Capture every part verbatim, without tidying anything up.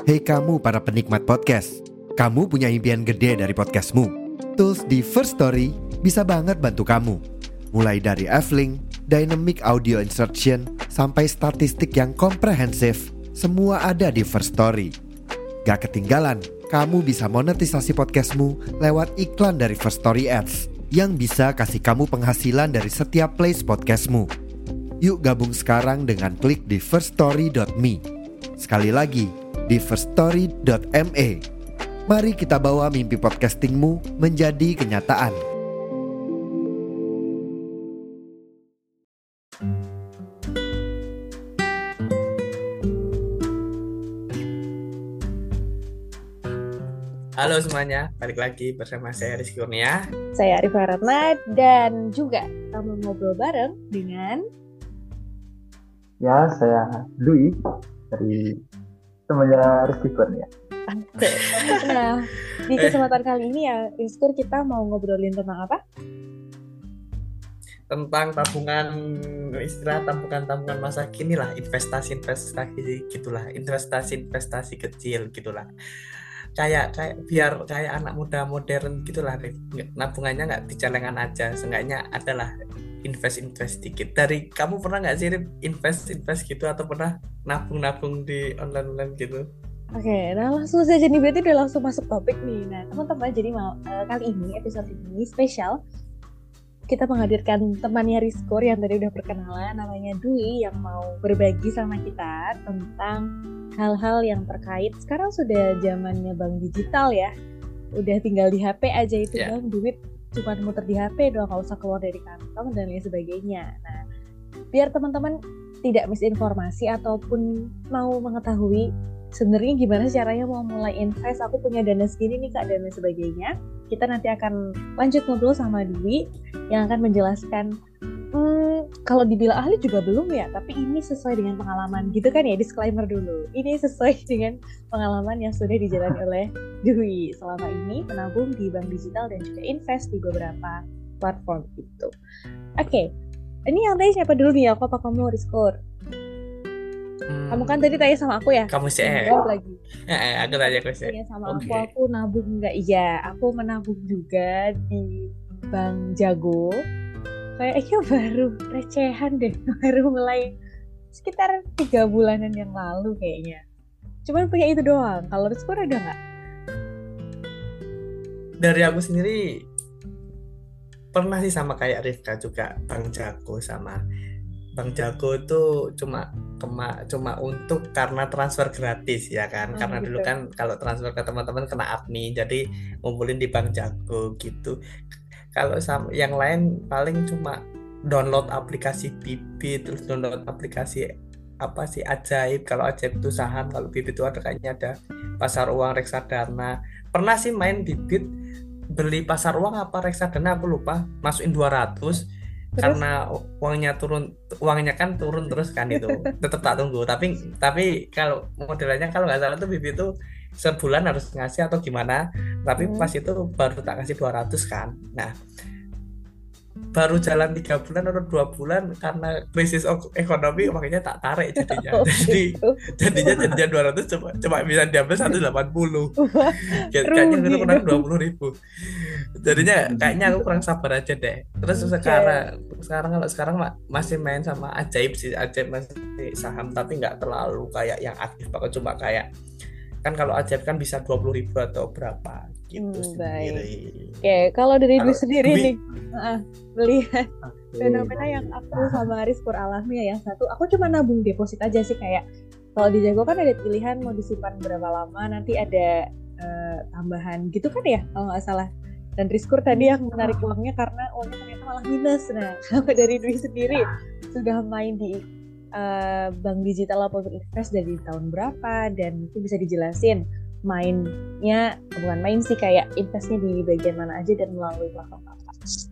Hei kamu para penikmat podcast, kamu punya impian gede dari podcastmu. Tools di First Story bisa banget bantu kamu. Mulai dari F-Link, Dynamic Audio Insertion, sampai statistik yang komprehensif, semua ada di First Story. Gak ketinggalan, kamu bisa monetisasi podcastmu lewat iklan dari First Story Ads yang bisa kasih kamu penghasilan dari setiap plays podcastmu. Yuk gabung sekarang dengan klik di first story dot me. Sekali lagi, di first story dot me. Mari kita bawa mimpi podcastingmu menjadi kenyataan. Halo semuanya, balik lagi bersama saya Rizky Kurnia. Saya Arifah Ratna dan juga kita mau ngobrol bareng dengan Ya, saya Dwi dari temannya Rizky Kurnia. Nah, di kesempatan kali ini ya, Rizkur, kita mau ngobrolin tentang apa? Tentang tabungan, istilah tabungan-tabungan masa kini lah, investasi-investasi gitulah, investasi-investasi kecil gitulah. Kayak kayak biar kayak anak muda modern gitulah, nabungannya nggak di celengan aja, seenggaknya adalah invest-invest dikit. Dari kamu pernah nggak sih invest-invest gitu atau pernah nabung-nabung di online-online gitu? Oke, nah langsung saja nih, berarti udah langsung masuk topik nih. Nah teman-teman, jadi mau, uh, kali ini episode ini spesial. Kita menghadirkan temannya Rizkur yang tadi udah perkenalan, namanya Dwi, yang mau berbagi sama kita tentang hal-hal yang terkait. Sekarang sudah zamannya bank digital ya, udah tinggal di H P aja itu yeah. Bang, duit cuma muter di H P doang, gak usah keluar dari kantong dan lain sebagainya. Nah, biar teman-teman tidak misinformasi ataupun mau mengetahui sebenarnya gimana caranya mau mulai invest, aku punya dana segini nih Kak, dan lain sebagainya, kita nanti akan lanjut ngobrol sama Dwi yang akan menjelaskan, hmm, kalau dibilang ahli juga belum ya, tapi ini sesuai dengan pengalaman gitu kan ya, disclaimer dulu, ini sesuai dengan pengalaman yang sudah dijalani oleh Dwi selama ini menabung di bank digital dan juga invest di beberapa platform itu. Oke, okay. Ini yang tadi siapa dulu nih, aku apa kamu, Rizkur? Hmm. Kamu kan tadi tanya sama aku ya? Kamu sih eh. lagi. Eh, aku tanya aku sih. Tanya sama okay. aku, aku nabung enggak? Iya, aku menabung juga di Bank Jago. Kayaknya baru recehan deh, baru mulai sekitar tiga bulanan yang lalu kayaknya. Cuman punya itu doang. Kalau Rizkur ada nggak? Dari aku sendiri pernah sih sama kayak Rifka juga, Bank Jago sama Bank Jago itu cuma kema, cuma untuk karena transfer gratis ya kan, oh, karena gitu. Dulu kan kalau transfer ke teman-teman kena admin, jadi ngumpulin di Bank Jago gitu. Kalau sama yang lain paling cuma download aplikasi Bibit, terus download aplikasi apa sih Ajaib. Kalau Ajaib itu saham, kalau Bibit itu ada kayaknya ada pasar uang, reksadana. Pernah sih main Bibit, beli pasar uang apa reksadana aku lupa, masukin dua ratus. Terus? Karena uangnya turun, uangnya kan turun terus kan itu, tetap tak tunggu. Tapi tapi kalau modelnya kalau nggak salah tuh Bibi itu sebulan harus ngasih atau gimana. Tapi hmm. pas itu baru tak kasih dua ratus kan. Nah, baru jalan tiga bulan atau dua bulan karena krisis ekonomi makanya tak tarik jadinya. Oh, Jadi gitu. jadinya jadinya dua ratus cuma cuma bisa diambil seratus delapan puluh. Kayaknya itu kurang dua puluh ribu. Jadinya kayaknya aku kurang sabar aja deh. Terus okay. sekarang sekarang kalau sekarang masih main sama Ajaib sih, Ajaib masih saham tapi nggak terlalu kayak yang aktif, bakal cuma kayak kan kalau Ajaib kan bisa dua puluh ribu atau berapa gitu hmm, sendiri. Oke, okay. Kalau dari Dwi sendiri nih uh, melihat okay. fenomena yang aku sama Rizkur alami ya, yang satu aku cuma nabung deposit aja sih, kayak kalau di Jago kan ada pilihan mau disimpan berapa lama, nanti ada uh, tambahan gitu kan ya kalau nggak salah. Dan Rizkur tadi yang menarik uangnya karena uangnya ternyata malah minus. Nah, kalau dari Dwi sendiri sudah main di uh, bank digital atau invest dari tahun berapa, dan mungkin bisa dijelasin mainnya, bukan main sih, kayak investnya di bagian mana aja dan melalui platform apa?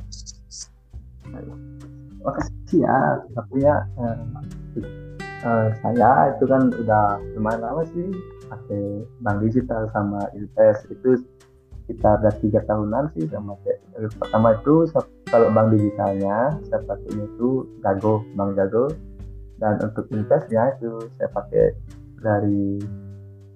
Makasih ya, tapi ya eh, eh, saya itu kan udah lumayan lama sih pakai bank digital sama invest itu sekitar ada tiga tahunan sih sama kayak. Pertama itu kalau bank digitalnya saya pakainya itu Jago, Bank Jago, dan untuk investnya itu saya pakai dari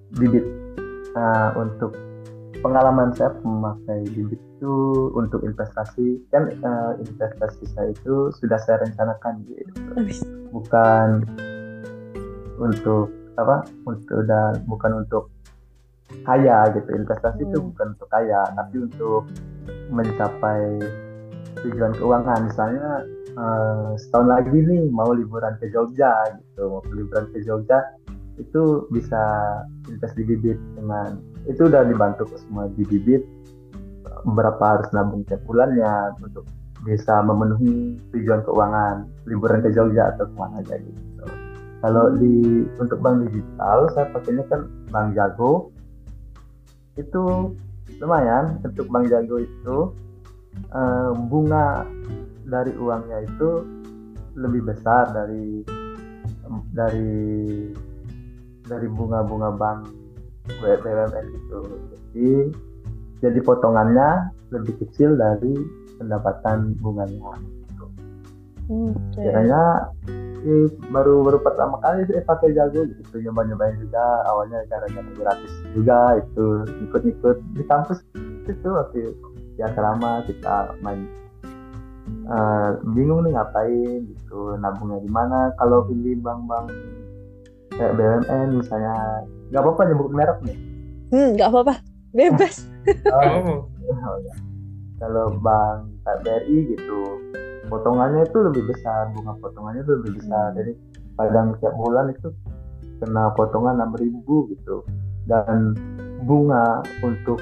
bibit. Nah, untuk pengalaman saya memakai bibit itu untuk investasi, kan uh, investasi saya itu sudah saya rencanakan gitu. Bukan untuk apa? Untuk dan bukan untuk kaya gitu. Investasi itu Hmm. bukan untuk kaya, tapi untuk mencapai tujuan keuangan. Misalnya uh, setahun lagi nih mau liburan ke Jogja gitu, mau liburan ke Jogja itu bisa invest di bibit. Dengan itu udah dibantu semua di bibit, berapa harus nabung tiap bulannya untuk bisa memenuhi tujuan keuangan liburan ke Jogja atau kemana aja gitu. Kalau di untuk bank digital saya pakainya kan Bank Jago, itu lumayan. Untuk Bank Jago itu eh, bunga dari uangnya itu lebih besar dari dari dari bunga-bunga bank B U M N gitu. Jadi jadi potongannya lebih kecil dari pendapatan bunganya. Gitu. Hmm, oke. Kiranya eh, baru baru pertama kali saya pakai Jago gitu, nyoba-nyobain juga awalnya gara-gara gratis juga itu, ikut-ikut di kampus itu waktu di asrama kita main. Uh, bingung nih ngapain gitu, nabungnya di mana. Kalau pilih bank-bank kayak B U M N misalnya, nggak apa-apa nyebut merek nih. Hmm, nggak apa-apa, bebas. Oh, Kalau bank kayak B R I gitu, potongannya itu lebih besar, bunga potongannya itu lebih besar. Hmm. Jadi kadang tiap bulan itu kena potongan enam ribu gitu. Dan bunga untuk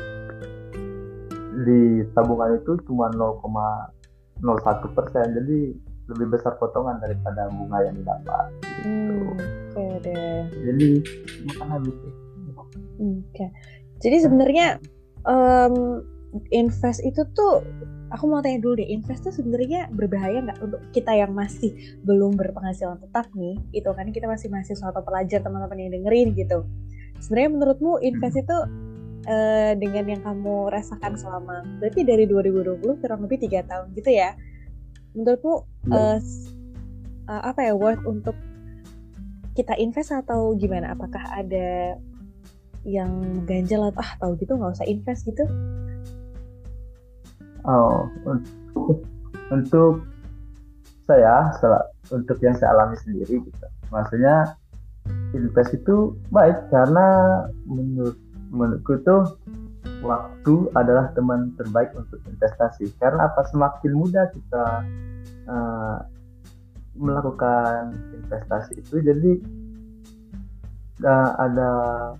di tabungan itu cuma nol koma nol satu persen, jadi lebih besar potongan daripada bunga yang didapat gitu. Hmm, oke deh. Jadi makanya gitu. Oke. Jadi sebenarnya em, invest itu tuh, aku mau tanya dulu deh, invest tuh sebenarnya berbahaya nggak untuk kita yang masih belum berpenghasilan tetap nih? Itu kan kita masih mahasiswa atau pelajar, teman-teman yang dengerin gitu. Sebenarnya menurutmu invest itu eh, dengan yang kamu rasakan selama berarti dari dua ribu dua puluh kurang lebih tiga tahun gitu ya, menurutmu Ya. eh, s- eh, apa ya worth untuk kita invest atau gimana? Apakah ada yang ganjel atau ah tahu gitu nggak usah invest gitu? Oh, untuk, untuk saya, sel- untuk yang saya alami sendiri gitu. Maksudnya invest itu baik karena menurut menurutku tuh waktu adalah teman terbaik untuk investasi. Karena apa? Semakin mudah kita uh, melakukan investasi itu, jadi uh, ada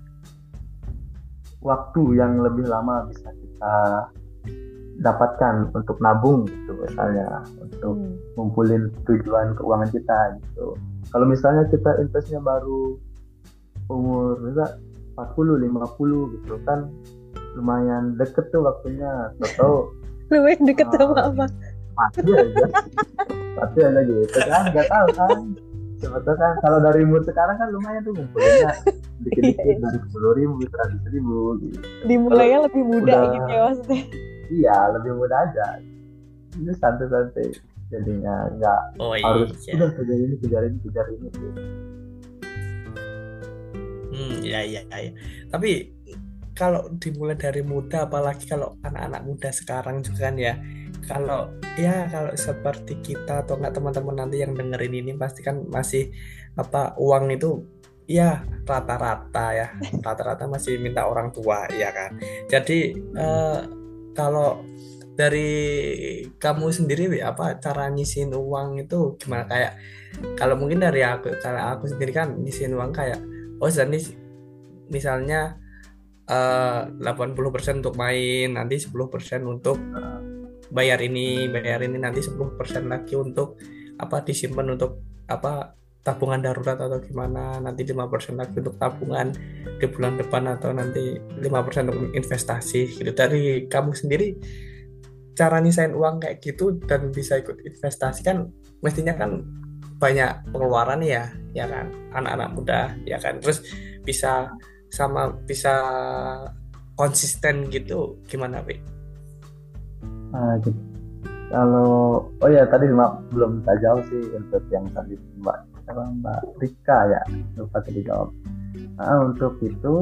waktu yang lebih lama bisa kita dapatkan untuk nabung gitu, misalnya untuk Hmm. ngumpulin tujuan keuangan kita gitu. Kalau misalnya kita investnya baru umur misalnya empat puluh lima puluh gitu kan, lumayan deket tuh waktunya, atau Lumayan deket uh, sama apa? mati aja mati aja gitu kan, nggak tahu kan. Sebetulnya kan kalau dari umur sekarang kan lumayan tuh ngumpulinnya dikit-dikit dari sepuluh ribu, seratus ribu gitu. Dimulainya lebih muda udah- gitu ya maksudnya. Iya, lebih mudah aja. Itu santai-santai. Jadinya nggak oh harus iya. udah kejar ini, kejar ini, kejar ini. Gitu. Hmm, iya iya iya. Tapi kalau dimulai dari muda, apalagi kalau anak-anak muda sekarang juga kan ya, kalau ya kalau seperti kita atau enggak teman-teman nanti yang dengerin ini pasti kan masih apa uang itu ya rata-rata ya rata-rata masih minta orang tua ya kan. Jadi eh, kalau dari kamu sendiri Wi, apa cara nyisihin uang itu gimana? Kayak kalau mungkin dari aku, kalau aku sendiri kan nyisihin uang kayak oh jadi misalnya eh, delapan puluh persen untuk main, nanti sepuluh persen untuk bayar ini, bayar ini, nanti sepuluh persen lagi untuk apa disimpan untuk apa tabungan darurat atau gimana, nanti lima persen lagi untuk tabungan di bulan depan, atau nanti lima persen untuk investasi gitu. Dari kamu sendiri cara nyisain uang kayak gitu dan bisa ikut investasi kan mestinya kan banyak pengeluaran ya, ya kan, anak-anak muda ya kan, terus bisa sama bisa konsisten gitu gimana Wi? Nah, gitu. Kalau oh ya tadi Mbak belum tak jawab sih untuk yang tadi Mbak apa, Mbak Rika ya, lupa tadi jawab. Nah, untuk itu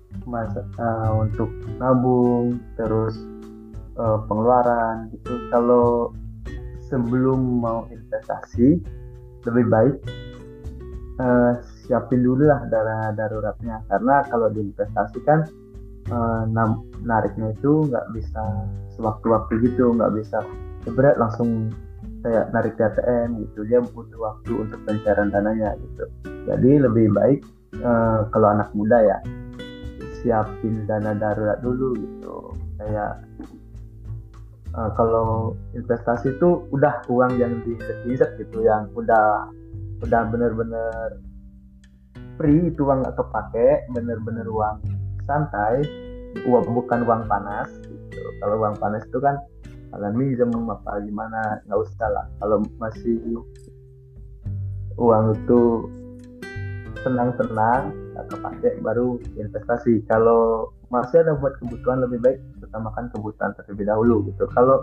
masa uh, untuk nabung terus uh, pengeluaran gitu. Kalau sebelum mau investasi lebih baik uh, siapin dulu lah dana daruratnya, karena kalau diinvestasi kan uh, nam- nariknya itu nggak bisa sewaktu-waktu gitu, nggak bisa berat langsung kayak narik A T M gitu, dia butuh waktu untuk pencairan dananya gitu. Jadi lebih baik uh, kalau anak muda ya siapin dana darurat dulu gitu. Kayak uh, kalau investasi itu udah uang yang diinvest gitu, yang udah udah bener-bener free, itu uang nggak kepake, bener-bener uang santai, uang bukan uang panas gitu. Kalau uang panas itu kan kalian minjem apa gimana, nggak usah lah. Kalau masih uang itu tenang-tenang nggak kepake baru investasi. Kalau masih ada buat kebutuhan lebih baik utamakan kebutuhan terlebih dahulu gitu. Kalau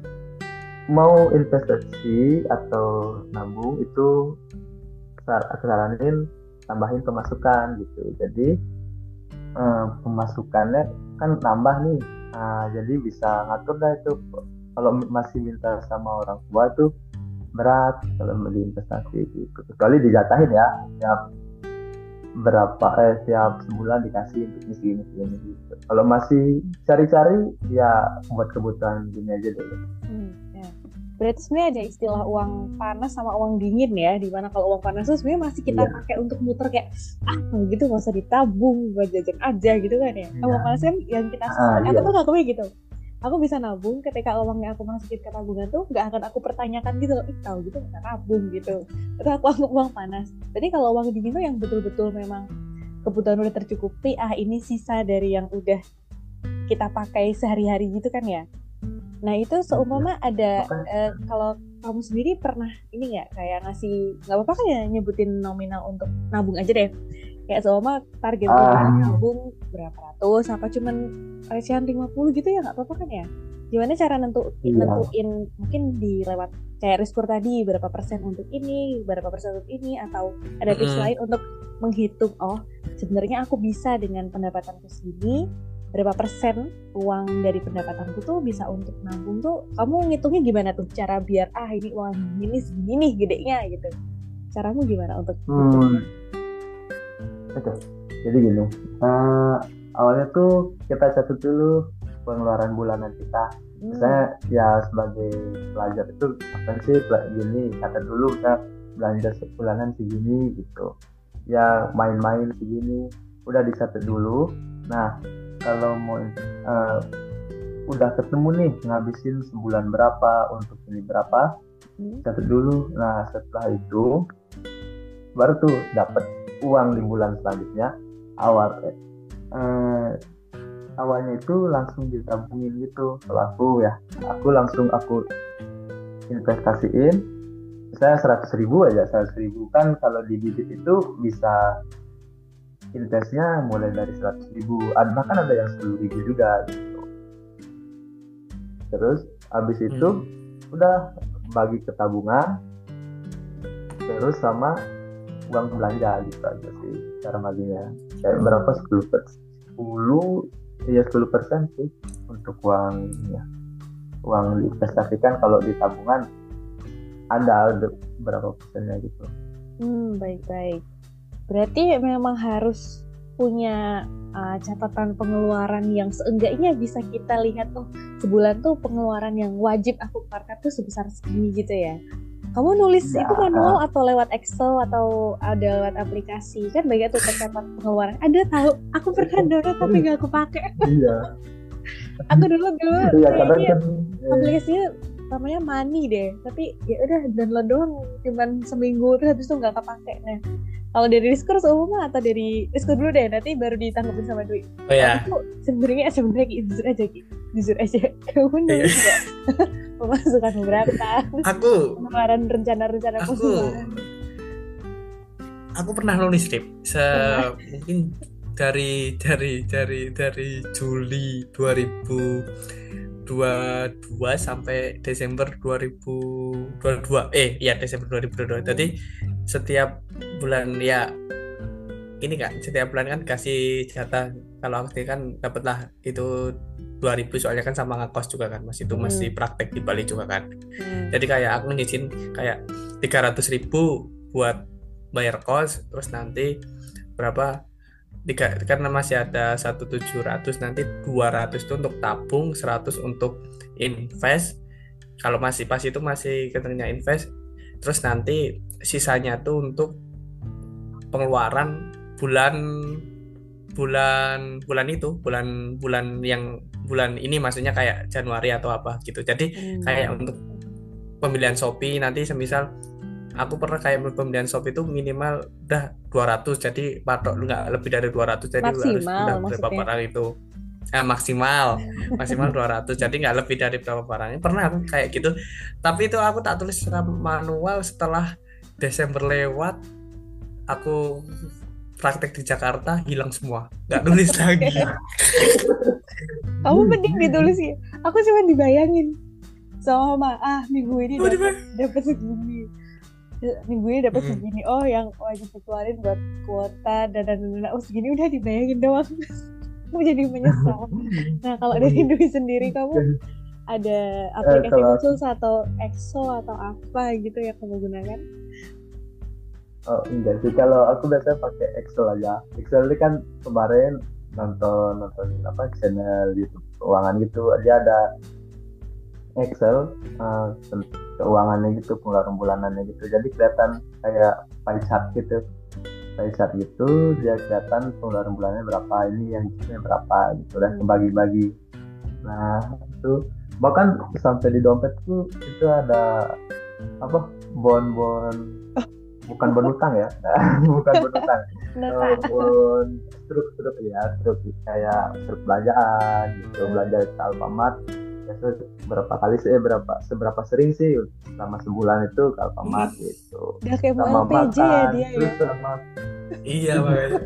mau investasi atau nabung itu aku saranin tambahin pemasukan gitu. Jadi eh, pemasukannya kan nambah nih, nah, jadi bisa ngatur dah itu. Kalau masih minta sama orang tua tuh berat kalau beli investasi gitu. Kecuali dijatahin ya, tiap berapa eh tiap sebulan dikasih untuk misi ini ini gitu. Kalau masih cari-cari ya buat kebutuhan gini aja dulu. Hmm, ya. Berarti sebenarnya ada istilah uang panas sama uang dingin ya, dimana kalau uang panas itu sebenarnya masih kita Iya. pakai untuk muter kayak ah gitu nggak usah ditabung buat jajan aja gitu kan ya. Iya. Uang panas kan yang kita Ah, aku iya. tuh nggak kayak gitu. Aku bisa nabung ketika uangnya aku masukin ke tabungan tuh nggak akan aku pertanyakan gitu loh, ih tahu gitu nggak nabung gitu. Itu aku anggap uang panas. Jadi kalau uang dingin tuh yang betul-betul memang kebutuhan udah tercukupi, ah ini sisa dari yang udah kita pakai sehari-hari gitu kan ya. Nah itu seumpama ada eh, kalau kamu sendiri pernah ini nggak kayak ngasih, nggak apa-apa kan ya nyebutin nominal untuk nabung aja deh, kayak seumpama target Ah. bulan nabung berapa ratus apa cuman recehan lima puluh gitu ya, nggak apa-apa kan ya. Gimana cara nentu, Iya. nentuin mungkin di lewat kayak Rizkur tadi berapa persen untuk ini, berapa persen untuk ini, atau ada tips Mm-mm. lain untuk menghitung oh sebenarnya aku bisa dengan pendapatanku segini berapa persen uang dari pendapatanku tuh bisa untuk nabung tuh. Kamu ngitungnya gimana tuh cara biar ah ini uang ini segini nih gedenya gitu, caramu gimana untuk Hmm. Oke. Jadi gini, uh, awalnya tuh kita catat dulu pengeluaran bulanan kita. Hmm. Misalnya ya sebagai pelajar itu apa sih gini, catat dulu kita belanja sebulanan segini gitu. Ya main-main segini, udah dicatat dulu. Nah kalau mau uh, udah ketemu nih ngabisin sebulan berapa untuk ini berapa, Hmm. catat dulu. Nah setelah itu baru tuh dapat uang di bulan selanjutnya. Awal eh, awalnya itu langsung ditabungin gitu. Kalau aku ya, aku langsung aku investasiin. Misalnya seratus ribu aja, seratus ribu kan kalau di bibit itu bisa investnya mulai dari seratus ribu, bahkan ada yang sepuluh ribu juga gitu. Terus habis itu Hmm. udah bagi ke tabungan, terus sama uang belanja gitu aja sih cara baginya. Kayak berapa, sepuluh persen, sepuluh ya sepuluh persen sih untuk uang ya. Uang diinvestasikan, kalau di tabungan ada berapa persennya gitu. Hmm, baik-baik. Berarti memang harus punya uh, catatan pengeluaran yang seenggaknya bisa kita lihat, oh sebulan tuh pengeluaran yang wajib aku keluarkan tuh sebesar segini gitu ya. Kamu nulis Ya. itu manual atau lewat Excel atau ada lewat aplikasi? Kan banyak tuh tercatat pengeluaran. Ada tahu, aku pernah download tapi nggak aku pakai. Iya. Aku dulu dulu Iya kadang kayaknya kan aplikasinya namanya Money deh, tapi ya udah download doang cuman seminggu terus habis itu nggak kepake. Nah kalau dari Rizkur seumumnya atau dari Rizkur dulu deh, nanti baru ditanggapin sama Dwi. Oh ya, Aku sebenarnya sebenarnya Ki, jujur aja Ki, jujur aja kamu nulis nggak pemasukan berapa, aku pengeluaran rencana-rencana aku pengeluaran. aku pernah nulis Rip. Se Pernah. mungkin dari dari dari dari Juli dua ribu dua puluh dua sampai Desember dua ribu dua puluh dua. Eh, ya Desember dua ribu dua puluh dua. Jadi setiap bulan ya ini kan setiap bulan kan kasih jatah, kalau aku sendiri kan dapatlah itu dua ribu, soalnya kan sama ngekos juga kan Mas, itu masih Hmm. praktek di Bali juga kan. Hmm. Jadi kayak aku ngizin kayak tiga ratus ribu buat bayar kos, terus nanti berapa, tiga, karena masih ada satu tujuh ratus, nanti dua ratus itu untuk tabung, seratus untuk invest. Kalau masih pas itu masih ketentunya invest, terus nanti sisanya tuh untuk pengeluaran bulan bulan bulan itu bulan bulan yang bulan ini, maksudnya kayak Januari atau apa gitu. Jadi Hmm. kayak untuk pembelian Shopee nanti semisal aku pernah kayak pembelian Shopee itu minimal udah dua ratus, jadi patok nggak lebih dari dua ratus, jadi harus Maksimal udah berapa maksudnya. barang itu. Eh, maksimal maksimal dua ratus, jadi nggak lebih dari berapa barangnya. Pernah aku kayak gitu, tapi itu aku tak tulis secara manual. Setelah Desember lewat, aku praktek di Jakarta, hilang semua, nggak tulis lagi. Kamu mending ditulis ya. Aku cuma dibayangin sama mama, ah minggu ini Oh, dapat dapat segini, minggu ini dapat Hmm. segini, oh yang wajib dikeluarin buat kuota dan dan dan oh segini udah dibayangin doang. Aku jadi menyesal. Nah kalau dari Dwi sendiri, kamu ada aplikasi kalau- khusus atau Exo atau apa gitu yang kamu gunakan? Oh enggak sih, kalau aku biasanya pakai Excel aja. Excel ini kan kemarin nonton nonton apa channel YouTube keuangan gitu, dia ada Excel uh, keuangannya gitu, pengeluaran bulanannya gitu. Jadi kelihatan kayak pie chart gitu, pie chart gitu, dia kelihatan pengeluaran bulannya berapa, ini yang ini berapa gitu, dan kebagi-bagi. Nah itu bahkan sampai di dompet tuh itu ada apa bon-bon, bukan bon utang ya, bukan bon utang, Nah, bon struk-struk ya, struk kayak struk belanjaan gitu, belanja ke Alfamart. Biasanya berapa kali sih, eh, berapa seberapa sering sih selama sebulan itu ke Alfamart gitu. udah kayak mau Sama L P J ya makan, dia ya. terus sama Iya makanya.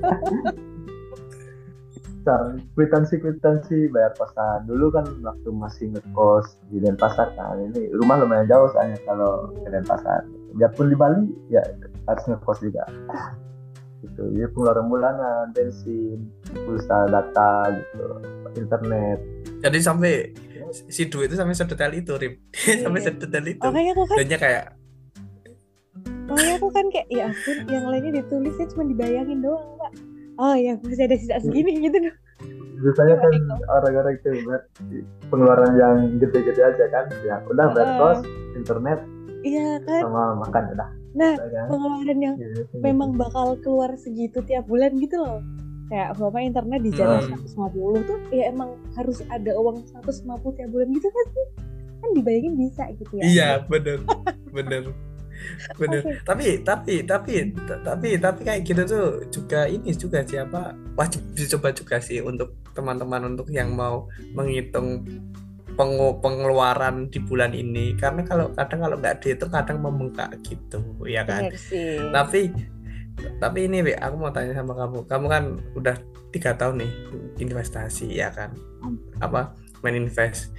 cara kwitansi-kwitansi bayar kosan. Dulu kan waktu masih ngekos di Denpasar kan, ini rumah lumayan jauh soalnya kalau ke Denpasar. Biarpun di Bali ya harus ngekos juga. Gitu. Jadi pengeluaran bulanan, bensin, pulsa, data gitu, internet. Jadi sampai si Dwi itu sampai sedetail itu, Rip. Sampai sedetail itu. Makanya aku kan, Jadinya kayak makanya aku kan kayak ya ampun, yang lainnya ditulisnya cuma dibayangin doang pak. Oh ya masih ada sisa segini gitu. Biasanya kan orang-orang itu buat pengeluaran yang gede-gede aja kan, ya udah bayar kos, internet, Iya kan. sama makan udah. Nah Udah kan? pengeluaran yang Gitu. memang bakal keluar segitu tiap bulan gitu loh. Kayak bapak internet di jatah Hmm. seratus lima puluh tuh ya emang harus ada uang seratus lima puluh tiap bulan gitu kan sih. Kan dibayangin bisa gitu ya. iya, bener, bener, bener. Oke. Tapi, tapi, tapi, t- tapi, tapi kayak gitu tuh juga ini juga siapa wajib dicoba juga sih untuk teman-teman, untuk yang mau menghitung pengu- pengeluaran di bulan ini. Karena kalau kadang kalau nggak dihitung kadang membengkak gitu, ya kan. Bener sih. Tapi, tapi ini, Wi, aku mau tanya sama kamu. Kamu kan udah tiga tahun nih investasi, ya kan? Apa main invest?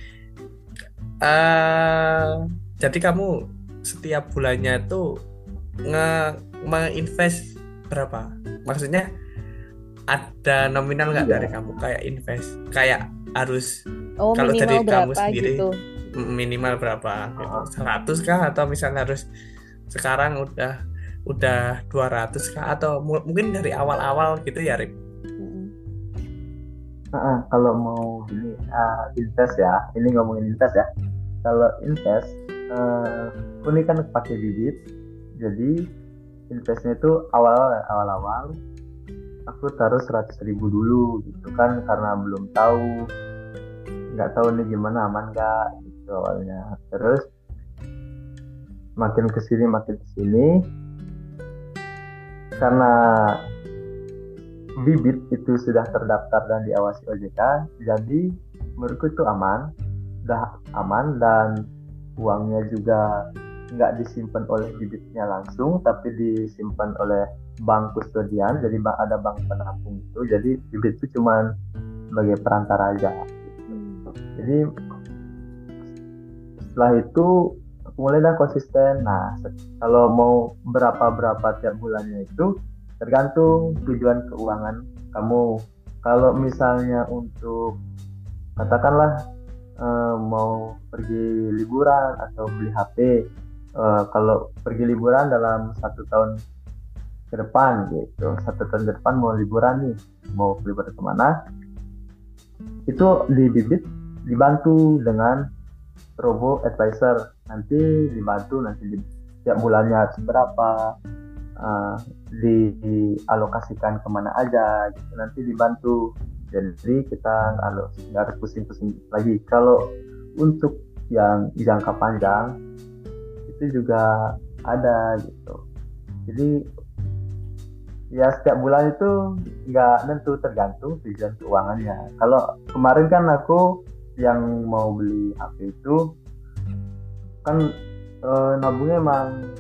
Eh, jadi kamu setiap bulannya tuh nge menginvest berapa? Maksudnya ada nominal nggak Iya. dari kamu kayak invest? Kayak harus Oh kalau dari minimal kamu berapa sendiri, gitu. m- minimal berapa? Gitu. seratus kah, atau misalnya harus sekarang udah udah dua ratus kah, atau mu- mungkin dari awal-awal gitu ya, Rip? Mm-mm. Nah, kalau mau ini ah, invest ya, ini ngomongin invest ya. Kalau invest, eh, aku ini kan pakai bibit, jadi investnya itu awal awal-awal aku taruh seratus ribu dulu gitu kan, karena belum tahu, nggak tahu nih gimana, aman nggak gitu awalnya. Terus makin kesini makin kesini karena bibit itu sudah terdaftar dan diawasi O J K, jadi menurutku itu aman, udah aman, dan uangnya juga nggak disimpan oleh bibitnya langsung, tapi disimpan oleh bank kustodian, jadi ba- ada bank penampung itu, jadi bibit itu cuma sebagai perantara aja. Jadi setelah itu aku mulai dah konsisten. Nah se- kalau mau berapa berapa tiap bulannya itu tergantung tujuan keuangan kamu. Kalau misalnya untuk katakanlah eh, mau pergi liburan atau beli H P, eh, kalau pergi liburan dalam satu tahun ke depan gitu, satu tahun ke depan mau liburan nih, mau liburan kemana, itu di Bibit dibantu dengan Robo Advisor, nanti dibantu nanti di, tiap bulannya seberapa, uh, di, dialokasikan kemana aja gitu, nanti dibantu, jadi kita nggak harus pusing-pusing lagi. Kalau untuk yang jangka panjang itu juga ada gitu, jadi ya setiap bulan itu nggak nentu, tergantung tujuan keuangannya. Kalau kemarin kan aku yang mau beli H P itu kan e, nabungnya emang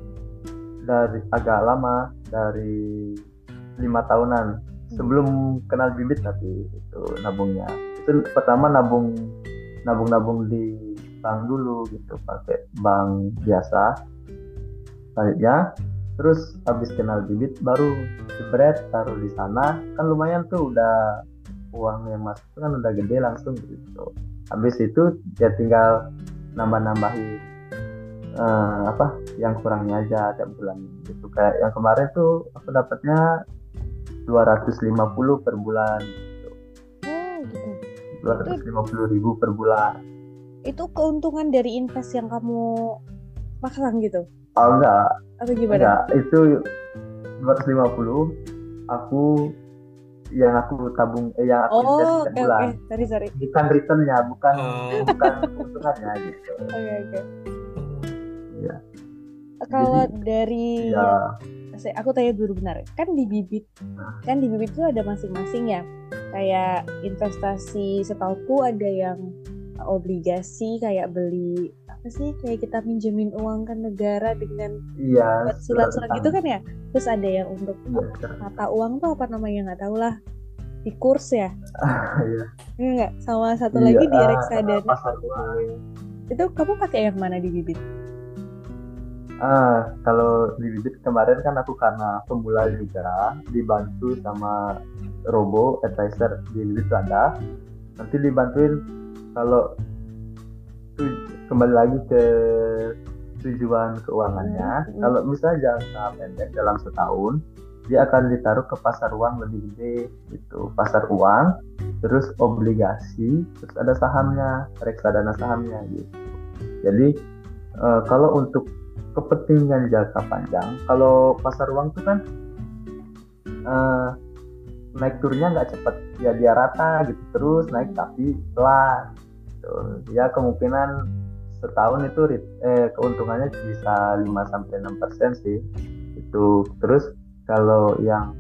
dari agak lama, dari lima tahunan sebelum kenal Bibit, tapi itu nabungnya itu pertama nabung nabung-nabung di bank dulu gitu, pakai bank biasa selanjutnya. Terus habis kenal Bibit baru jebret taruh di sana, kan lumayan tuh, udah uang yang masuk kan udah gede langsung gitu. Habis itu ya tinggal nambah-nambahin uh, apa yang kurangnya aja tiap bulan gitu. Kayak yang kemarin tuh aku dapatnya dua ratus lima puluh per bulan gitu. Oh gitu. dua ratus lima puluh ribu per bulan. Itu keuntungan dari invest yang kamu pasang gitu? Oh enggak. Atau gimana? Enggak, itu dua ratus lima puluh aku yang aku tabung, eh, yang aku Oh, invest oke setiap bulan. oke, sorry sorry. Bukan returnnya, bukan Oh. bukan keuntungannya gitu. Oke oke. Iya. Kalau Jadi, dari Ya, saya- aku tanya dulu benar, kan di Bibit kan di Bibit itu ada masing-masing ya, kayak investasi, setauku ada yang obligasi, kayak beli apa sih, kayak kita minjemin uang ke negara dengan iya. buat surat-surat gitu kan ya. Terus ada yang untuk Iya, mata uang tuh apa namanya, nggak tahu lah, di kurs ya. iya. Iya nggak, sama satu Iya, lagi di ah, reksadana. pasar uang. Itu kamu pakai yang mana di Bibit? Ah, kalau di Bibit kemarin kan aku karena pemula juga, dibantu sama Robo Advisor di Bibit tuh ada. Nanti dibantuin kalau tu- kembali lagi ke tujuan keuangannya. Hmm. Kalau misalnya jangka pendek dalam setahun, dia akan ditaruh ke pasar uang lebih gede gitu. Pasar uang, terus obligasi, terus ada sahamnya, reksadana sahamnya gitu. Jadi eh, kalau untuk kepentingan jangka panjang, kalau pasar uang itu kan eh, naik turunnya nggak cepat, ya dia rata gitu, terus naik tapi pelan gitu. Ya kemungkinan setahun itu rit- eh, keuntungannya bisa lima sampai enam persen sih itu. Terus kalau yang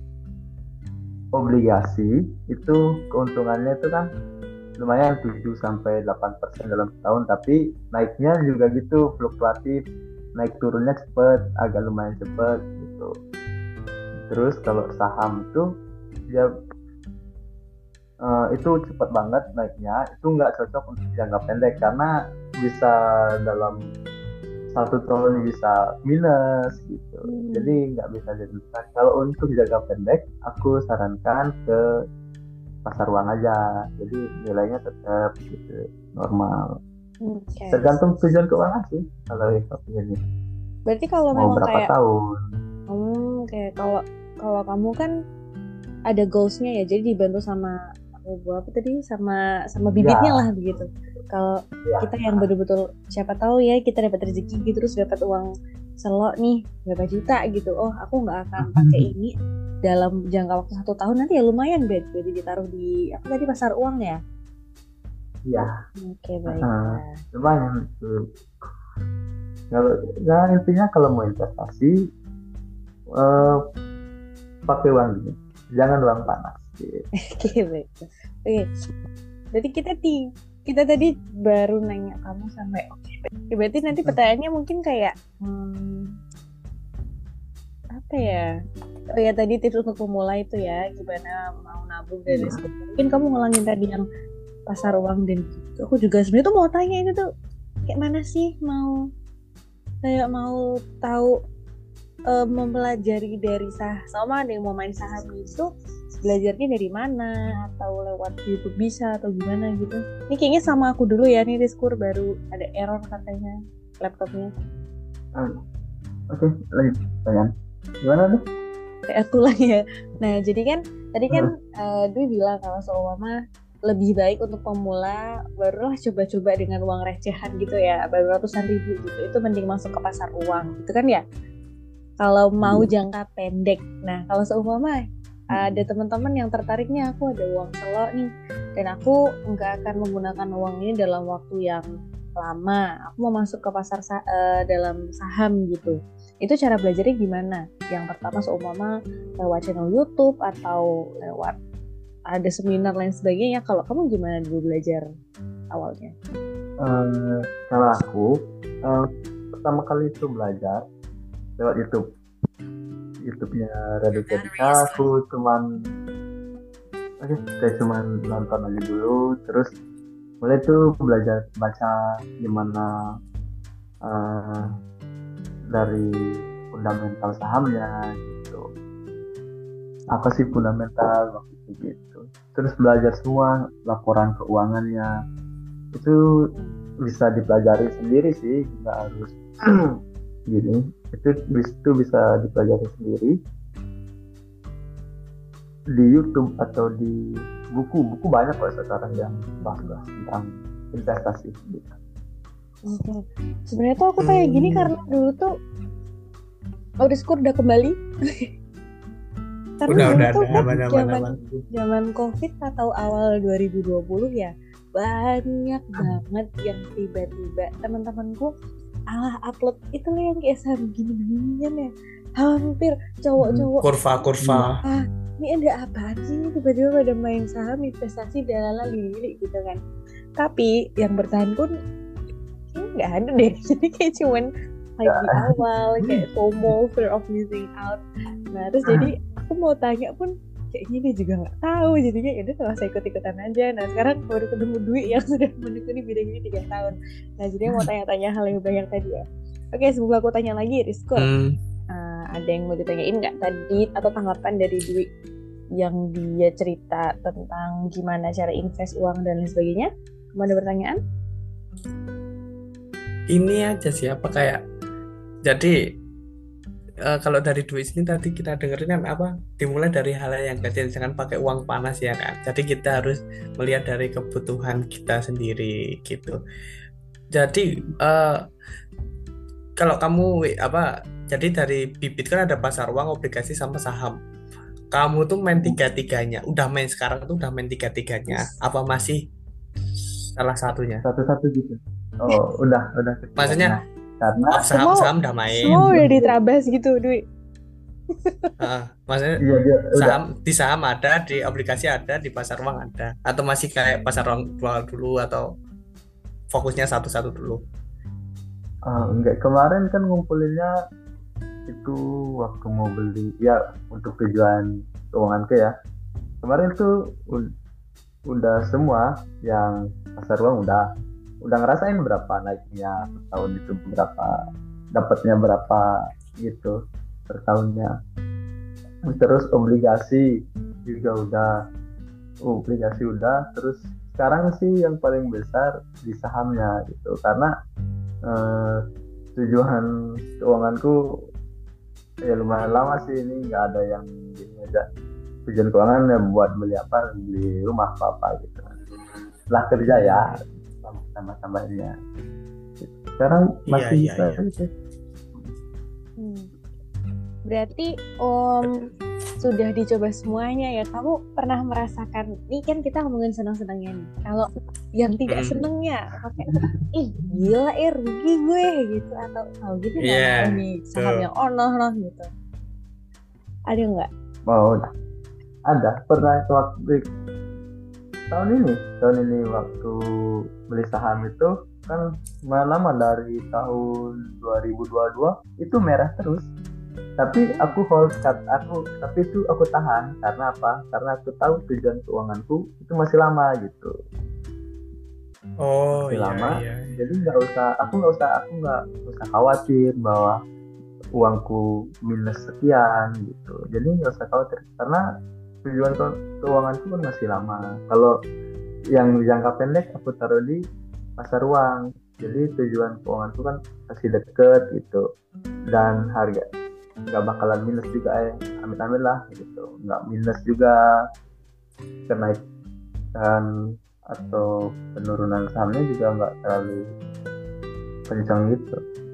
obligasi itu keuntungannya itu kan lumayan tujuh sampai delapan persen dalam setahun, tapi naiknya juga gitu fluktuatif, naik turunnya cepet, agak lumayan cepet gitu. Terus kalau saham itu ya uh, itu cepet banget naiknya, itu nggak cocok untuk jangka pendek karena bisa dalam satu tahun bisa minus gitu. Hmm. Jadi nggak bisa jadi besar. Kalau untuk jangka pendek aku sarankan ke pasar uang aja, jadi nilainya tetap gitu normal. Oke. Tergantung tujuan keuangan sih kalau ini Berarti kalau mau memang berapa kayak tahun. hmm, kayak kalau kalau kamu kan ada goalsnya ya, jadi dibantu sama apa apa tadi, sama sama bibitnya Ya. lah begitu. Kalau Ya. kita yang betul-betul siapa tahu ya kita dapat rezeki gitu, terus dapat uang selok nih berapa juta gitu, oh aku nggak akan pakai ini dalam jangka waktu satu tahun, nanti ya lumayan bet, jadi ditaruh di apa tadi, pasar uang ya. Iya, Oke baik. Ah. lumayan itu. Kalau ya intinya kalau mau investasi eh, pakai uang dingin, jangan uang panas. Gitu. Oke baik. Oke, berarti kita ti kita tadi baru nanya kamu sampai oke. Oke, berarti nanti pertanyaannya mungkin kayak hmm, apa ya? Oh ya, tadi tips untuk pemula itu ya, gimana mau nabung dan Iya. sebagainya. Mungkin kamu ngulangin tadi yang pasar uang dan gitu. Aku juga sebenarnya tuh mau tanya itu tuh kayak mana sih, mau kayak mau tahu uh, mempelajari dari saham, sama ada yang mau main saham itu belajarnya dari mana, atau lewat YouTube bisa atau gimana gitu. Ini kayaknya sama aku dulu ya, nih Rizkur baru ada error katanya laptopnya. Hmm. Oke, okay, lanjut pertanyaan. Gimana nih? Kayak aku lah ya. Nah jadi kan tadi kan uh, Dwi bilang kalau seumpama lebih baik untuk pemula barulah coba-coba dengan uang recehan gitu ya, baru ratusan ribu gitu, itu mending masuk ke pasar uang gitu kan ya, kalau mau jangka pendek. Nah kalau seumpama ada teman-teman yang tertariknya, aku ada uang selok nih dan aku nggak akan menggunakan uang ini dalam waktu yang lama, aku mau masuk ke pasar sa- uh, dalam saham gitu, itu cara belajarnya gimana? Yang pertama seumpama lewat channel YouTube atau lewat ada seminar lain sebagainya. Kalau kamu gimana dulu belajar awalnya? Uh, kalau aku uh, pertama kali itu belajar lewat YouTube. YouTube-nya Raditya Dika, aku cuman oke, kayak cuman nonton aja dulu, terus mulai tuh belajar baca gimana uh, dari fundamental sahamnya gitu. Apa sih fundamental waktu itu gitu. Terus belajar semua laporan keuangannya. Itu bisa dipelajari sendiri sih, nggak harus gini. Itu, itu bisa dipelajari sendiri di YouTube atau di buku. Buku banyak kok sekarang yang bahas-bahas tentang investasi gitu. Oke. Sebenarnya tuh aku kayak gini karena dulu tuh Rizkur udah kembali. Karena udah dulu udah tuh ada kan aman, zaman aman. zaman COVID atau awal dua ribu dua puluh ya, banyak banget yang tiba-tiba teman-temanku alah upload itu loh yang kayak saham gini-ginian ya, hampir cowok-cowok kurva-kurva. Ah, ini ada apaan sih, tiba-tiba pada main saham investasi dalala lirik gitu kan. Tapi yang bertahan pun nggak ada deh. Jadi kayak cuman kayak di awal kayak FOMO, fear of missing out. Nah terus jadi aku mau tanya pun kayaknya dia juga nggak tahu, jadinya ya udah nggak usah ikut-ikutan aja. Nah sekarang baru ketemu Dwi yang sudah menekuni bidang ini tiga tahun. Nah jadi mau tanya-tanya hal yang banyak tadi ya. Oke, sebelum aku tanya lagi Rizkur, hmm. uh, ada yang mau ditanyain nggak tadi atau tanggapan dari Dwi yang dia cerita tentang gimana cara invest uang dan lain sebagainya? Mau ada pertanyaan? Ini aja sih apa kayak jadi Uh, kalau dari duit ini tadi kita dengerin kan apa dimulai dari hal yang kecil, jangan pakai uang panas ya kan. Jadi kita harus melihat dari kebutuhan kita sendiri gitu. Jadi uh, kalau kamu apa jadi dari bibit kan ada pasar uang, obligasi sama saham. Kamu tuh main tiga-tiganya, udah main sekarang tuh udah main tiga-tiganya apa masih salah satunya? Satu-satu gitu. Oh udah udah. Maksudnya karena saham-saham udah main. Semua udah diterabas gitu, Dwi. Uh, maksudnya iya, dia, saham udah. Di saham ada, di obligasi ada, di pasar uang ada, atau masih kayak pasar uang dulu atau fokusnya satu-satu dulu? Uh, enggak, kemarin kan ngumpulinnya itu waktu mau beli ya untuk tujuan keuangan ke ya. Kemarin tuh u- udah semua yang pasar uang udah udah ngerasain berapa naiknya per tahun itu, berapa dapatnya berapa gitu per tahunnya. Terus obligasi juga udah obligasi udah terus sekarang sih yang paling besar di sahamnya gitu, karena eh, tujuan keuanganku ya lumayan lama sih ini, nggak ada yang gini aja. Tujuan keuangan ya buat beli apa, beli rumah apa apa gitu setelah kerja ya tambah-tambahnya. Sekarang masih iya, bisa iya, iya. Hmm. Berarti om sudah dicoba semuanya ya. Kamu pernah merasakan, ini kan kita ngomongin senang-senangnya nih. Kalau yang tidak Hmm. senangnya, pakai ih gila eh rugi gue gitu, atau oh gitu nggak Iya, mau nih saham tuh. yang onoh loh gitu. Ada nggak? Oh, ada pernah waktu tahun ini tahun ini waktu beli saham itu kan lumayan lama, dari tahun dua ribu dua puluh dua itu merah terus, tapi aku hold cut aku tapi itu aku tahan karena apa, karena aku tahu tujuan keuanganku itu masih lama gitu. Oh Masih iya, lama iya. jadi nggak usah aku nggak usah aku nggak usah khawatir bahwa uangku minus sekian gitu. Jadi nggak usah khawatir karena tujuan ke- keuangan itu kan masih lama. Kalau yang jangka pendek aku taruh di pasar uang. Jadi tujuan keuangan itu kan masih deket gitu dan harga nggak bakalan minus juga eh amit-amit lah gitu, nggak minus juga kenaikan atau penurunan sahamnya juga nggak terlalu kencang gitu.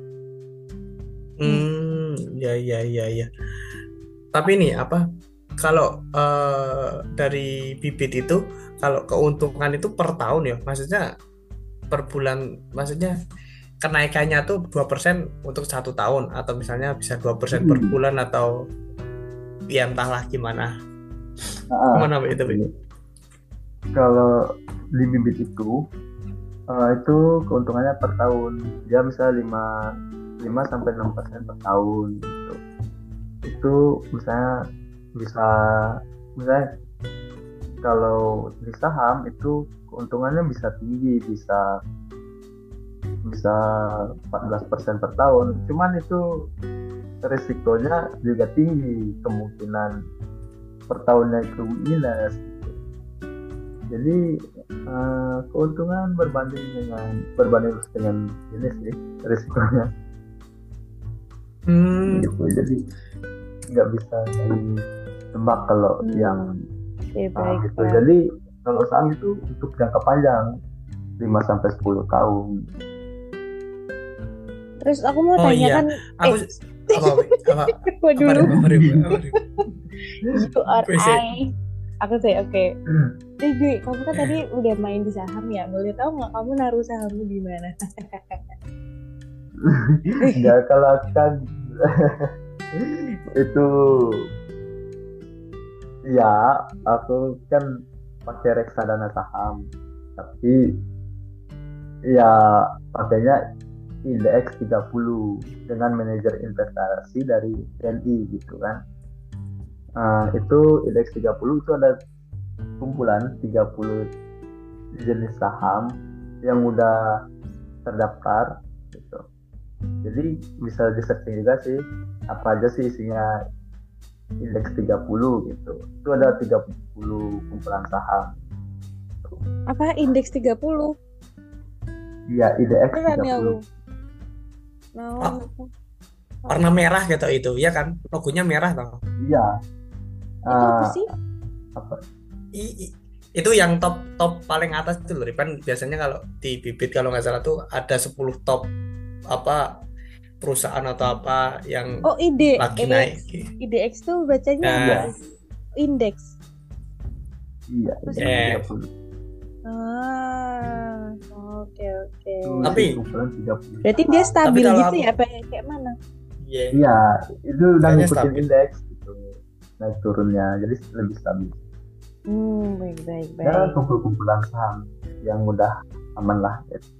Hmm, ya ya ya ya. Tapi nih apa? Kalau eh, dari bibit itu, kalau keuntungan itu per tahun ya, maksudnya per bulan, maksudnya kenaikannya tuh dua persen untuk satu tahun atau misalnya bisa dua persen per Hmm. bulan atau ya entahlah gimana. Ah, Gimana Mbak, itu, Mbak? ini kalau di bibit itu eh, itu keuntungannya per tahun dia bisa lima lima sampai enam persen per tahun gitu. Itu misalnya bisa misalnya kalau di saham itu keuntungannya bisa tinggi, bisa bisa empat belas persen per tahun. Cuman itu risikonya juga tinggi, kemungkinan per tahunnya itu minus. Jadi eh, keuntungan berbanding dengan berbanding lurus dengan ini sih risikonya. Hmm, Gitu. Jadi nggak bisa ditebak kalau Hmm. yang Oke, saham baik, itu. Pak. Jadi kalau saham itu untuk jangka panjang lima sampai sepuluh tahun. Terus aku mau oh tanya iya, kan, aku eh, apa apa apa apa dulu? Rip? Apa Rip? Apa Rip? You or P C. I? Aku say oke. Eh, Dwi, kamu kan tadi udah main di saham ya. Boleh tahu nggak kamu naruh sahammu di mana? Nggak kalau kan itu ya aku kan pakai reksadana saham, tapi ya pakainya indeks tiga puluh dengan manajer investasi dari B N I gitu kan. Nah, itu indeks tiga puluh itu ada kumpulan tiga puluh jenis saham yang udah terdaftar gitu. Jadi bisa di searching juga sih apa aja sih isinya indeks tiga puluh gitu. Itu ada tiga puluh kumpulan saham. Apa indeks tiga puluh? Iya, indeks Keren tiga ya puluh. aku. Nah, Oh, warna merah gitu itu, ya kan? Logonya merah toh. Iya. itu apa Ah, sih? apa? I- i- itu yang top top paling atas itu loh, Rip. Kan biasanya kalau di bibit kalau nggak salah tuh ada sepuluh top apa perusahaan atau apa yang Oh, ide, lagi I D X. naik. I D X tuh bacanya Nah, Iya, indeks. iya, Terus indeks eh, tiga puluh. Ah, oke oke. Itu tapi sih kumpulan tiga puluh Berarti dia saham. tapi stabil kalau gitu aku, ya? Apa kayak mana? yeah, Iya, itu udah kayaknya ngikutin stabil. indeks gitu. Naik turunnya, jadi lebih stabil. Hmm, baik baik Ya, baik. kumpul-kumpulan saham yang udah aman lah.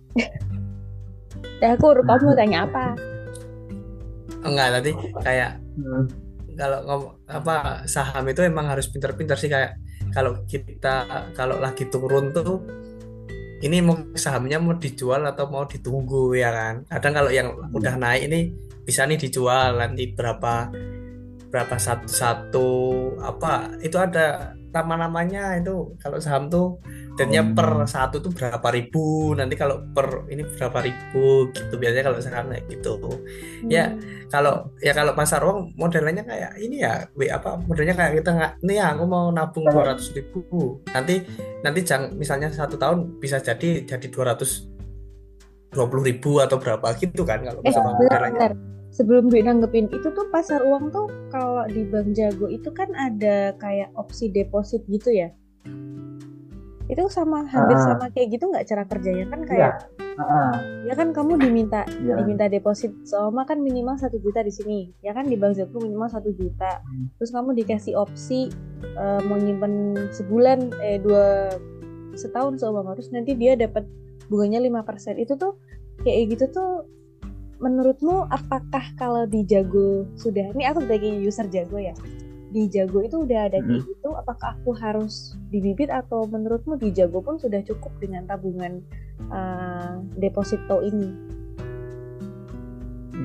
Dah aku kamu mau tanya apa? Enggak, tadi kayak Hmm. kalau ngomong apa saham itu emang harus pintar-pintar sih, kayak kalau kita kalau lagi turun tuh ini mau sahamnya mau dijual atau mau ditunggu, ya kan? Kadang kalau yang udah naik ini bisa nih dijual nanti berapa berapa satu satu apa itu ada nama-namanya itu. Kalau saham tuh dannya per satu tuh berapa ribu, nanti kalau per ini berapa ribu gitu biasanya kalau saham kayak gitu. Ya Hmm. kalau ya kalau pasar uang modelnya kayak ini ya, W apa modelnya kayak kita nggak nih ya, aku mau nabung dua ratus ribu nanti nanti jang misalnya satu tahun bisa jadi jadi dua ratus dua puluh ribu atau berapa gitu kan kalau Eh, pasar uang bentar, modelnya. bentar. Sebelum Dwi nanggepin itu tuh pasar uang tuh kalau di Bank Jago itu kan ada kayak opsi deposit gitu ya? Itu sama hampir Ah, sama kayak gitu nggak cara kerjanya kan iya, kayak ah, ah, ya kan kamu diminta iya. diminta deposit sama kan minimal satu juta di sini ya kan di Bank Jago minimal satu juta Hmm. terus kamu dikasih opsi eh, mau nyimpen sebulan eh dua setahun seumpama terus nanti dia dapat bunganya lima persen itu tuh kayak gitu tuh menurutmu apakah kalau di Jago sudah ini aku sebagai user Jago ya di Jago itu udah ada kayak gitu apakah aku harus di bibit atau menurutmu di Jago pun sudah cukup dengan tabungan uh, deposito ini?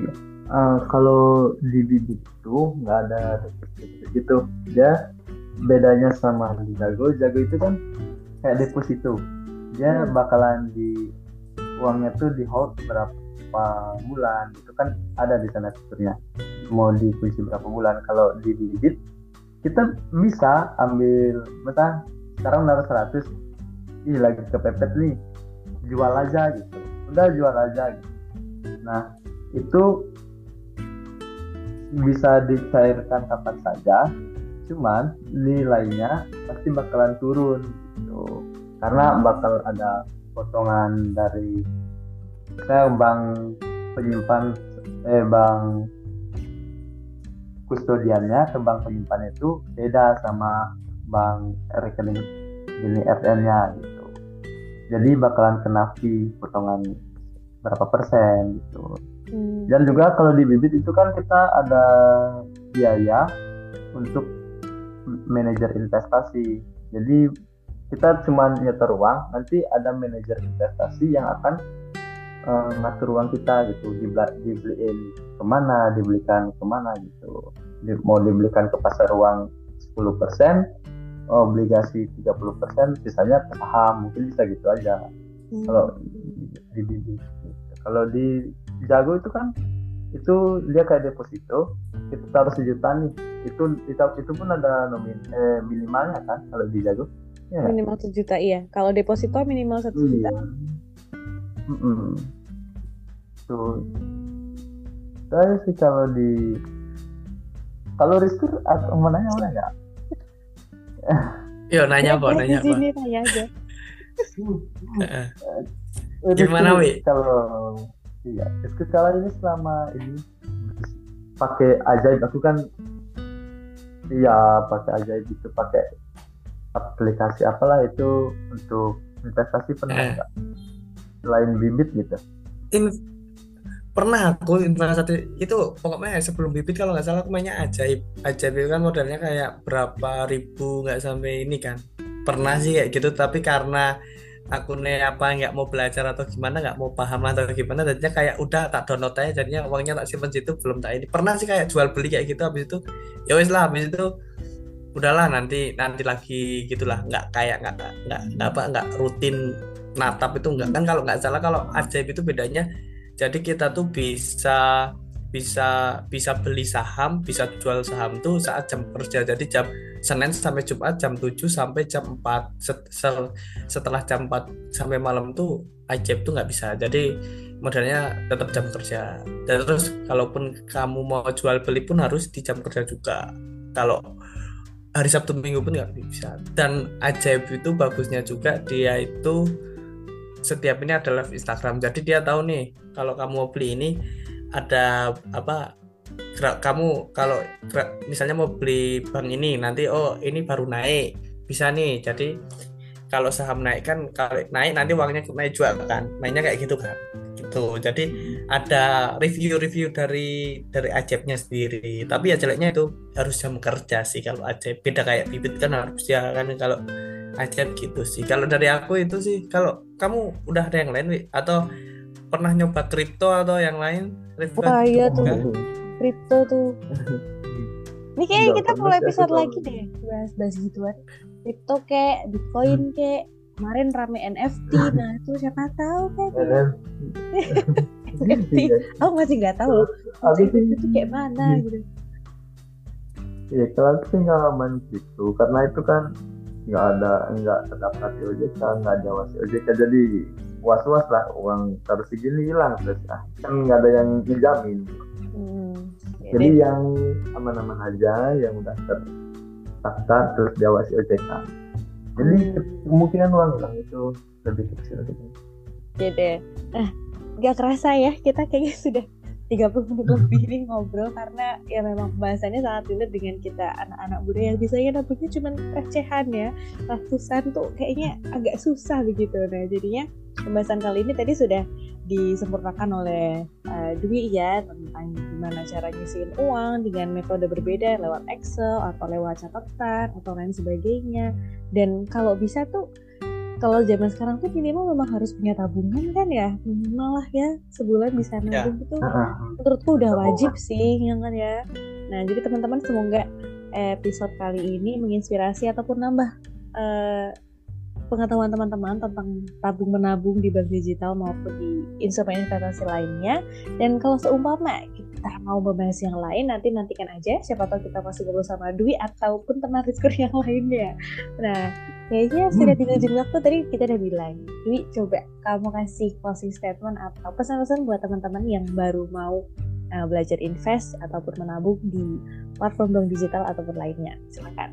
Eh, kalau di bibit itu nggak ada deposito gitu. Dia bedanya sama di Jago, Jago itu kan kayak deposito. Dia Hmm. bakalan di uangnya tuh di hold berapa bulan, itu kan ada di sana fiturnya. Mau dikunci berapa bulan. Kalau di bibit kita bisa ambil, misal sekarang naruh seratus, ih lagi kepepet nih, jual aja gitu. Udah jual aja gitu. Nah, itu bisa dicairkan kapan saja, cuman nilainya pasti bakalan turun gitu. Karena bakal ada potongan dari saya bank penyimpan eh bank kustodiannya ke bank penyimpannya itu beda sama bank rekening gini R N-nya gitu. Jadi bakalan kena fee potongan berapa persen gitu. Hmm. Dan juga kalau di bibit itu kan kita ada biaya untuk manajer investasi. Jadi kita cuma nyetor uang, nanti ada manajer investasi yang akan uh, ngatur uang kita gitu, Dibla- dibeliin kemana, dibelikan kemana gitu. Di- mau dibelikan ke pasar uang sepuluh persen, obligasi tiga puluh persen, sisanya ke saham, mungkin bisa gitu aja. Hmm. Kalau di bibit, kalau di Jago itu kan itu dia kayak deposito, kita taruh sejuta nih, itu itu, itu pun ada nomin eh, minimalnya kan kalau di Jago, ya nggak? Minimal satu juta, iya. Kalau deposito minimal satu juta. Iya. Mm-mm. Tuh, saya sih kalau di kalau Rizky atau mau nanya mana nggak? Yo nanya apa? Di Nanya apa? sini tanya aja. Heeh. Eh, Gimana, Wi? Rizky, kalau iya, Rizky kalau ini selama ini pakai ajaib, aku kan iya pakai ajaib itu, pakai aplikasi apalah itu untuk investasi pernah Eh, nggak? Selain bibit gitu. in- pernah aku investasi itu pokoknya sebelum bibit kalau nggak salah aku mainnya ajaib. Ajaib itu kan modalnya kayak berapa ribu nggak sampai ini kan. Pernah sih kayak gitu tapi karena akunnya apa nggak mau belajar atau gimana nggak mau paham atau gimana jadinya kayak udah tak download aja jadinya uangnya tak simpen situ belum tak ini pernah sih kayak jual beli kayak gitu habis itu ya wes lah habis itu udahlah nanti nanti lagi gitulah nggak kayak nggak nggak nggak apa nggak rutin natap itu nggak kan kalau nggak salah kalau ajaib itu bedanya jadi kita tuh bisa bisa bisa beli saham bisa jual saham tuh saat jam kerja jadi jam Senin sampai Jumat jam tujuh sampai jam empat Set- se- setelah jam empat sampai malam tuh ajaib tuh nggak bisa jadi modalnya tetap jam kerja dan terus kalaupun kamu mau jual beli pun harus di jam kerja juga kalau hari Sabtu Minggu pun nggak bisa dan ajaib itu bagusnya juga dia itu setiap ini ada live Instagram jadi dia tahu nih kalau kamu mau beli ini ada apa gerak kamu kalau gerak, misalnya mau beli bank ini nanti oh ini baru naik bisa nih jadi kalau saham naik kan kalau naik nanti uangnya naik juga kan mainnya kayak gitu kan gitu jadi ada review-review dari dari ajaibnya sendiri tapi ya jeleknya itu harus jam kerja sih kalau ajaib beda kayak bibit kan harus ya kan kalau ajaib gitu sih kalau dari aku itu sih kalau kamu udah ada yang lain Wi? Atau pernah nyoba kripto atau yang lain Rifka Wah iya tuh, juga kripto tuh. Ini kayaknya Nggak kita pernah mulai sih aku episode kalau- lagi deh bahas-bahas gituan. Kripto kek, Bitcoin kek, kemarin rame N F T, nah itu siapa tahu kan Ya kan? N F T. Iya. Aku masih nggak tahu loh, Aku sih itu kayak mana gitu. ya kalau aku sih nggak main gitu karena itu kan nggak ada nggak terdaftar di O J K, nggak ada was O J K, jadi was-was lah uang taruh segini hilang terus ah, kan nggak ada yang dijamin. Hmm. ya Jadi deh. yang aman-aman aja yang udah terdaftar terus diawasi O J K. Jadi kemungkinan uang hilang itu lebih kecil gitu. Ya deh. Nah, gak kerasa ya kita kayaknya sudah tiga puluh menit lebih nih ngobrol karena ya memang pembahasannya sangat relate dengan kita anak-anak muda yang biasanya dapetnya cuma recehan ya, ratusan tuh kayaknya agak susah begitu. Nah jadinya pembahasan kali ini tadi sudah disempurnakan oleh uh, Dwi ya tentang gimana cara nyisihin uang dengan metode berbeda lewat Excel atau lewat catatan atau lain sebagainya. Dan kalau bisa tuh kalau zaman sekarang tuh minimal memang harus punya tabungan kan ya, minimal lah ya sebulan bisa nabung itu menurutku udah wajib sih ya kan ya. Nah jadi teman-teman semoga episode kali ini menginspirasi ataupun nambah uh, pengetahuan teman-teman tentang tabung menabung di bank digital maupun di instrumen investasi lainnya. Dan kalau seumpama kita mau membahas yang lain, nanti nantikan aja, siapa tahu kita masih ngobrol sama Dwi ataupun teman Rizkur yang lainnya. Nah kayaknya sudah di ujung waktu, tadi kita udah bilang, Dwi coba kamu kasih closing statement atau pesan-pesan buat teman-teman yang baru mau uh, belajar invest ataupun menabung di platform bank digital ataupun lainnya. Silakan.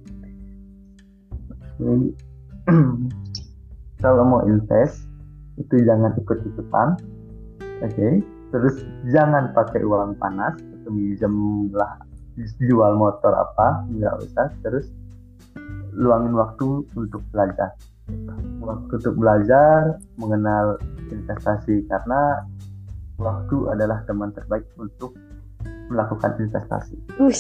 Jadi, kalau mau invest itu jangan ikut-ikutan, oke? Okay? Terus jangan pakai uang panas, atau minjem lah, jual motor apa, nggak usah. Terus luangin waktu untuk belajar, waktu untuk belajar mengenal investasi, karena waktu adalah teman terbaik untuk melakukan investasi.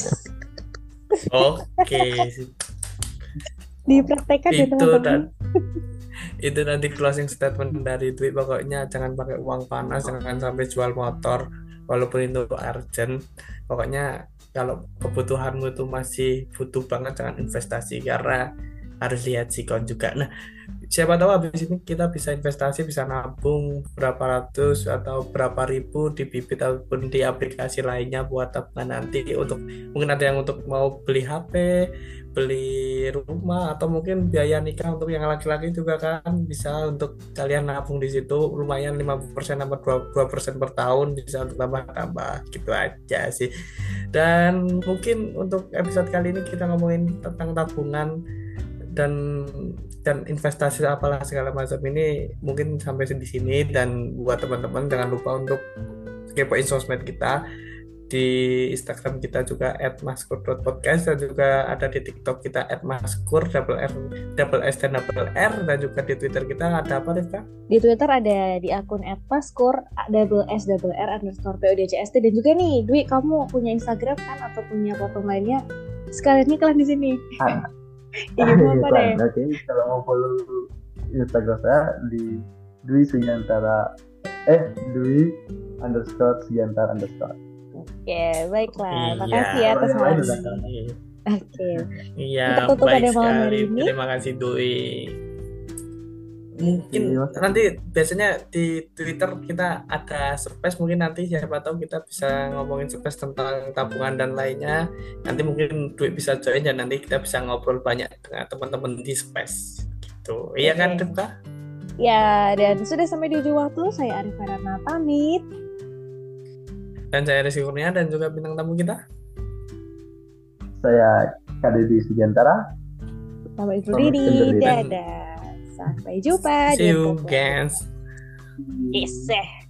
Oke. Dipraktekkan ya teman-teman. Dan, itu nanti closing statement dari Dwi, pokoknya jangan pakai uang panas, jangan sampai jual motor walaupun itu urgent. Pokoknya kalau kebutuhanmu itu masih butuh banget, jangan investasi karena harus lihat sikon juga. Nah siapa tahu habis ini kita bisa investasi, bisa nabung berapa ratus atau berapa ribu di Bibit ataupun di aplikasi lainnya buat tabungan nanti, untuk mungkin ada yang untuk mau beli H P, beli rumah, atau mungkin biaya nikah untuk yang laki-laki juga kan bisa untuk kalian nabung di situ, lumayan lima persen sampai dua persen per tahun, bisa untuk tambah-tambah gitu aja sih. Dan mungkin untuk episode kali ini kita ngomongin tentang tabungan dan dan investasi apalah segala macam ini mungkin sampai di sini. Dan buat teman-teman jangan lupa untuk kepoin sosmed kita, di Instagram kita juga at maskur dot podcast, dan juga ada di TikTok kita at maskur double r double s dan double r, dan juga di Twitter kita ada apa Rifka? Di Twitter ada di akun at maskur double s double r underscore podcast. Dan juga nih Dwi, kamu punya Instagram kan atau punya platform lainnya? Sekalian iklan di sini. Ah. Iya, apa deh? Oke, kalau mau follow Instagram saya di Dwi Sugiantara eh Dwi underscore Sugiantara underscore. Oke, baiklah. Iya, Makasih ya atas waktu. Oke. Iya, kita tutup pada malam hari ini. Terima kasih Dwi. Mungkin iya, nanti biasanya di Twitter kita ada space, mungkin nanti siapa tahu kita bisa ngomongin space tentang tabungan dan lainnya. Nanti mungkin Dwi bisa join dan nanti kita bisa ngobrol banyak dengan teman-teman di space gitu. Iya okay. Kan Rifka? Ya, dan sudah sampai di ujung waktu. Saya Arifah Ratna pamit. Dan saya Rizky Kurnia, dan juga bintang tamu kita. Saya Kadedi Sugiantara. Sampai berdiri. Dadah. Sampai jumpa. See you guys. Yes.